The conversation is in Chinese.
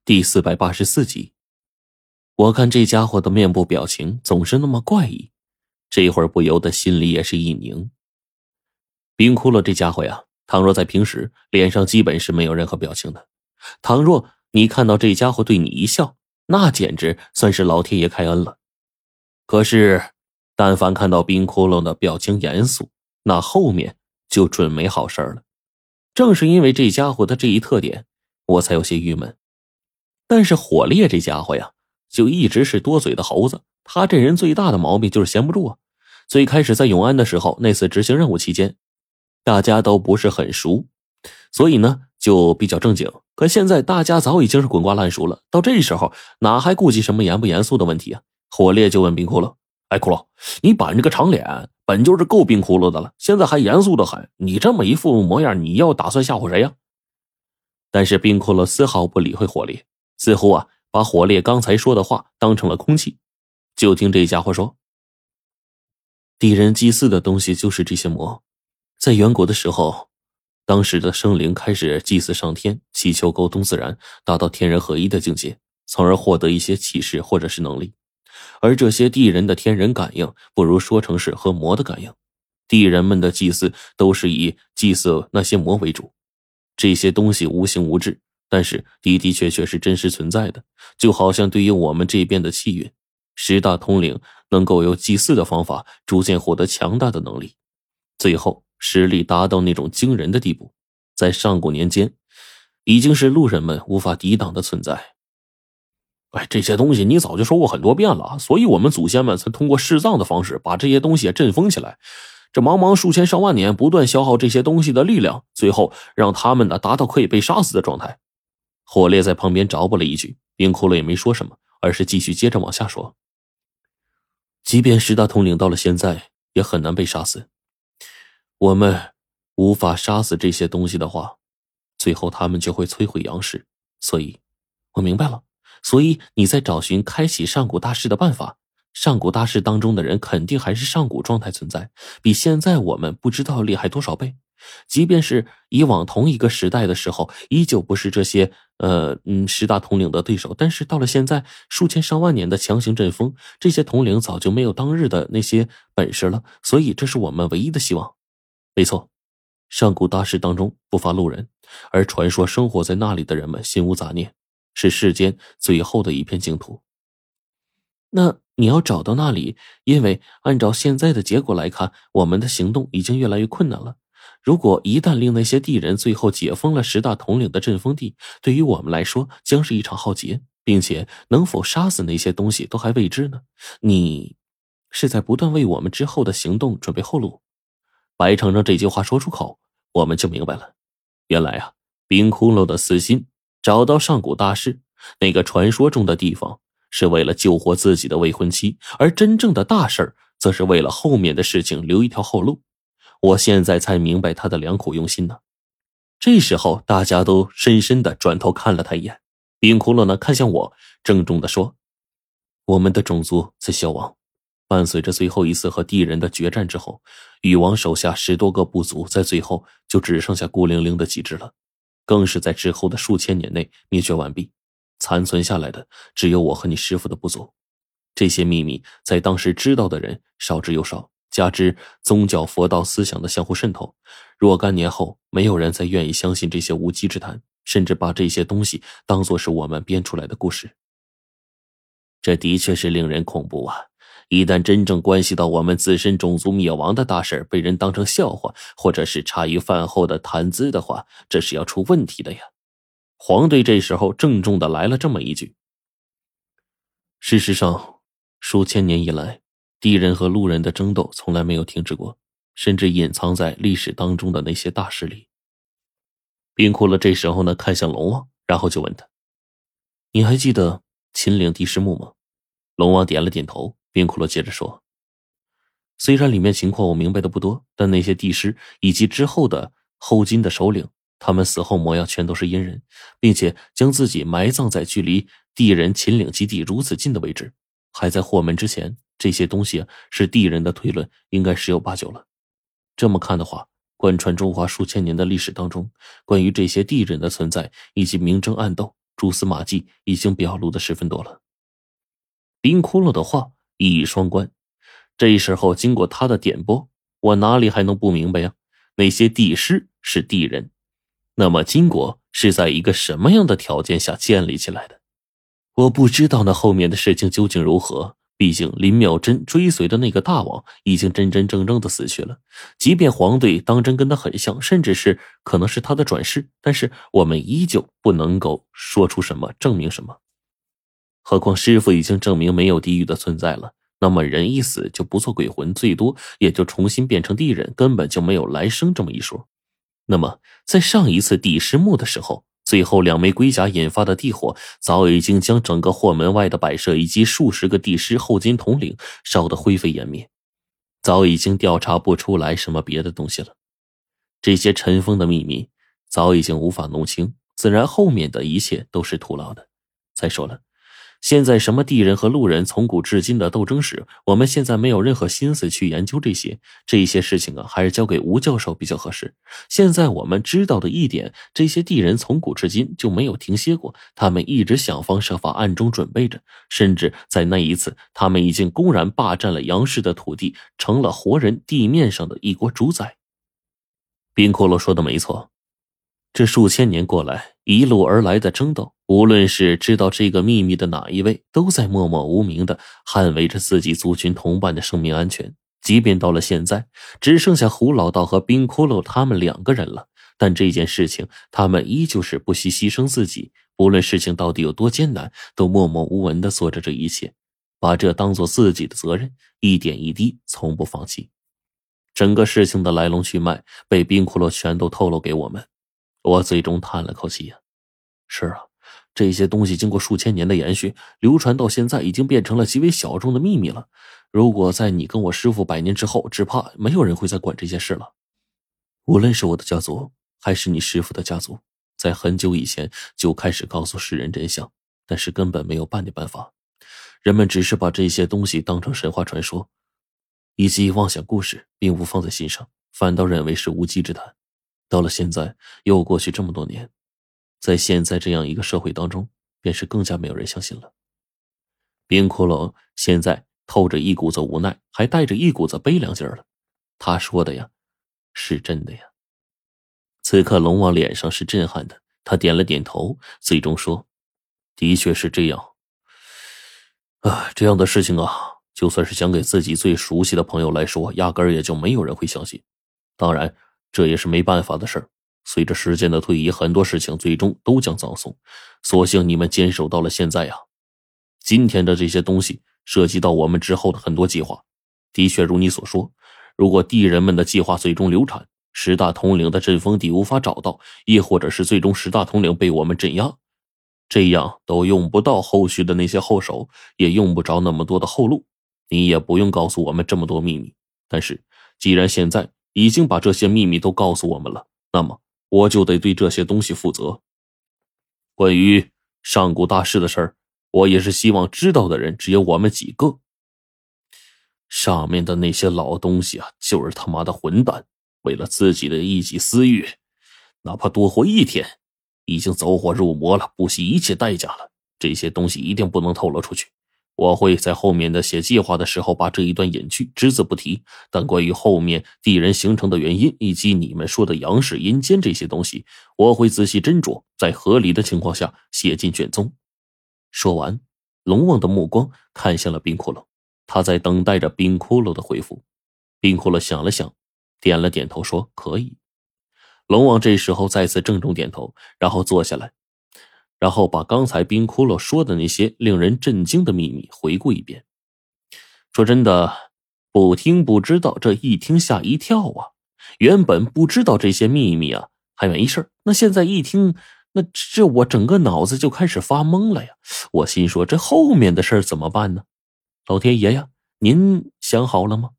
第484集。我看这家伙的面部表情总是那么怪异，这会儿不由得心里也是一凝。冰窟窿这家伙呀，倘若在平时脸上基本是没有任何表情的，倘若你看到这家伙对你一笑，那简直算是老天爷开恩了。可是但凡看到冰窟窿的表情严肃，那后面就准没好事了。正是因为这家伙的这一特点，我才有些郁闷。但是火烈这家伙呀，就一直是多嘴的猴子。他这人最大的毛病就是闲不住啊。最开始在永安的时候，那次执行任务期间，大家都不是很熟，所以呢就比较正经。可现在大家早已经是滚瓜烂熟了，到这时候哪还顾及什么严不严肃的问题啊？火烈就问冰窟窿：“哎，窟窿，你板这个长脸本就是够冰窟窿的了，现在还严肃的很，你这么一副模样，你要打算吓唬谁呀？”但是冰窟窿丝毫不理会火烈，似乎把火烈刚才说的话当成了空气。就听这家伙说：“敌人祭祀的东西就是这些魔，在远古的时候，当时的生灵开始祭祀上天，祈求沟通自然，达到天人合一的境界，从而获得一些启示或者是能力。而这些地人的天人感应，不如说成是和魔的感应。地人们的祭祀都是以祭祀那些魔为主，这些东西无形无质，但是的的确确是真实存在的，就好像对于我们这边的气运，十大统领能够由祭祀的方法逐渐获得强大的能力，最后实力达到那种惊人的地步，在上古年间已经是路人们无法抵挡的存在。这些东西你早就说过很多遍了，所以我们祖先们才通过释葬的方式把这些东西镇封起来，这茫茫数千上万年不断消耗这些东西的力量，最后让他们达到可以被杀死的状态。”火烈在旁边着补了一句，冰窟窿也没说什么，而是继续接着往下说：“即便十大统领到了现在也很难被杀死，我们无法杀死这些东西的话，最后他们就会摧毁阳世。所以我明白了，所以你在找寻开启上古大世的办法。上古大世当中的人肯定还是上古状态存在，比现在我们不知道厉害多少倍。即便是以往同一个时代的时候，依旧不是这些十大统领的对手，但是到了现在，数千上万年的强行阵风，这些统领早就没有当日的那些本事了，所以这是我们唯一的希望。没错，上古大世当中不乏路人，而传说生活在那里的人们心无杂念，是世间最后的一片净土。那你要找到那里，因为按照现在的结果来看，我们的行动已经越来越困难了。如果一旦令那些地人最后解封了十大统领的阵封地，对于我们来说将是一场浩劫，并且能否杀死那些东西都还未知呢。你是在不断为我们之后的行动准备后路。”白程程这句话说出口，我们就明白了。原来冰窟窿的私心，找到上古大世那个传说中的地方，是为了救活自己的未婚妻，而真正的大事则是为了后面的事情留一条后路。我现在才明白他的良苦用心呢。这时候大家都深深地转头看了他一眼。冰窟窿呢看向我，郑重地说：“我们的种族在消亡，伴随着最后一次和地人的决战之后，禹王手下10多个部族在最后就只剩下孤零零的几只了，更是在之后的数千年内灭绝完毕。残存下来的只有我和你师父的部族。这些秘密在当时知道的人少之又少，加之宗教佛道思想的相互渗透，若干年后没有人再愿意相信这些无稽之谈，甚至把这些东西当作是我们编出来的故事。这的确是令人恐怖啊！一旦真正关系到我们自身种族灭亡的大事被人当成笑话，或者是茶余饭后的谈资的话，这是要出问题的呀。”黄队这时候郑重地来了这么一句：“事实上，数千年以来，地人和路人的争斗从来没有停止过，甚至隐藏在历史当中的那些大事里。”冰窟窿这时候呢看向龙王，然后就问他：“你还记得秦岭地师墓吗？”龙王点了点头。冰窟窿接着说：“虽然里面情况我明白的不多，但那些地师以及之后的后金的首领，他们死后模样全都是阴人，并且将自己埋葬在距离地人秦岭基地如此近的位置。还在霍门之前，这些东西是地人的推论，应该十有八九了。这么看的话，贯穿中华数千年的历史当中，关于这些地人的存在以及明争暗斗， 蛛丝马迹已经表露的十分多了。冰窟窿的话一语双关，这时候经过他的点拨，我哪里还能不明白呀？那些地师是地人，那么金国是在一个什么样的条件下建立起来的？我不知道那后面的事情究竟如何，毕竟林妙真追随的那个大王已经真真正正的死去了，即便黄队当真跟他很像，甚至是可能是他的转世，但是我们依旧不能够说出什么证明什么。何况师父已经证明没有地狱的存在了，那么人一死就不做鬼魂，最多也就重新变成地人，根本就没有来生这么一说。那么在上一次地师墓的时候，最后2枚龟甲引发的地火早已经将整个霍门外的摆设以及数十个地师后金统领烧得灰飞烟灭，早已经调查不出来什么别的东西了。这些尘封的秘密早已经无法弄清，自然后面的一切都是徒劳的。再说了，现在什么地人和路人从古至今的斗争史，我们现在没有任何心思去研究这些事情啊，还是交给吴教授比较合适。现在我们知道的一点，这些地人从古至今就没有停歇过，他们一直想方设法暗中准备着，甚至在那一次，他们已经公然霸占了杨氏的土地，成了活人地面上的一国主宰。冰骷髅说的没错，这数千年过来，一路而来的争斗，无论是知道这个秘密的哪一位，都在默默无名的捍卫着自己族群同伴的生命安全。即便到了现在，只剩下胡老道和冰骷髅他们2个人了，但这件事情他们依旧是不惜牺牲自己，不论事情到底有多艰难，都默默无闻的做着这一切，把这当做自己的责任，一点一滴从不放弃。整个事情的来龙去脉被冰骷髅全都透露给我们，我最终叹了口气呀。是啊，这些东西经过数千年的延续，流传到现在已经变成了极为小众的秘密了。如果在你跟我师父100年之后，只怕没有人会再管这些事了。无论是我的家族，还是你师父的家族，在很久以前就开始告诉世人真相，但是根本没有半点办法。人们只是把这些东西当成神话传说以及妄想故事，并不放在心上，反倒认为是无稽之谈。到了现在，又过去这么多年，在现在这样一个社会当中，便是更加没有人相信了。冰骷髅现在透着一股子无奈，还带着一股子悲凉劲儿了。他说的呀，是真的呀。此刻龙王脸上是震撼的，他点了点头，最终说：的确是这样。这样的事情啊，就算是讲给自己最熟悉的朋友来说，压根儿也就没有人会相信。当然，这也是没办法的事儿。随着时间的推移，很多事情最终都将葬送。所幸你们坚守到了现在呀。今天的这些东西涉及到我们之后的很多计划。的确如你所说，如果地人们的计划最终流产，10大统领的阵封地无法找到，亦或者是最终10大统领被我们镇压，这样都用不到后续的那些后手，也用不着那么多的后路，你也不用告诉我们这么多秘密。但是既然现在已经把这些秘密都告诉我们了，那么我就得对这些东西负责。关于上古大师的事儿，我也是希望知道的人只有我们几个。上面的那些老东西啊，就是他妈的混蛋，为了自己的一己私欲，哪怕多活1天，已经走火入魔了，不惜一切代价了。这些东西一定不能透露出去。我会在后面的写计划的时候把这一段隐去，只字不提。但关于后面地人形成的原因，以及你们说的阳世阴间这些东西，我会仔细斟酌，在合理的情况下写进卷宗。说完，龙王的目光看向了冰骷髅，他在等待着冰骷髅的回复。冰骷髅想了想，点了点头说可以。龙王这时候再次郑重点头，然后坐下来，然后把刚才冰骷髅说的那些令人震惊的秘密回顾一遍。说真的，不听不知道，这一听吓一跳啊。原本不知道这些秘密啊还没事，那现在一听，那这我整个脑子就开始发懵了呀。我心说这后面的事怎么办呢？老天爷呀，您想好了吗？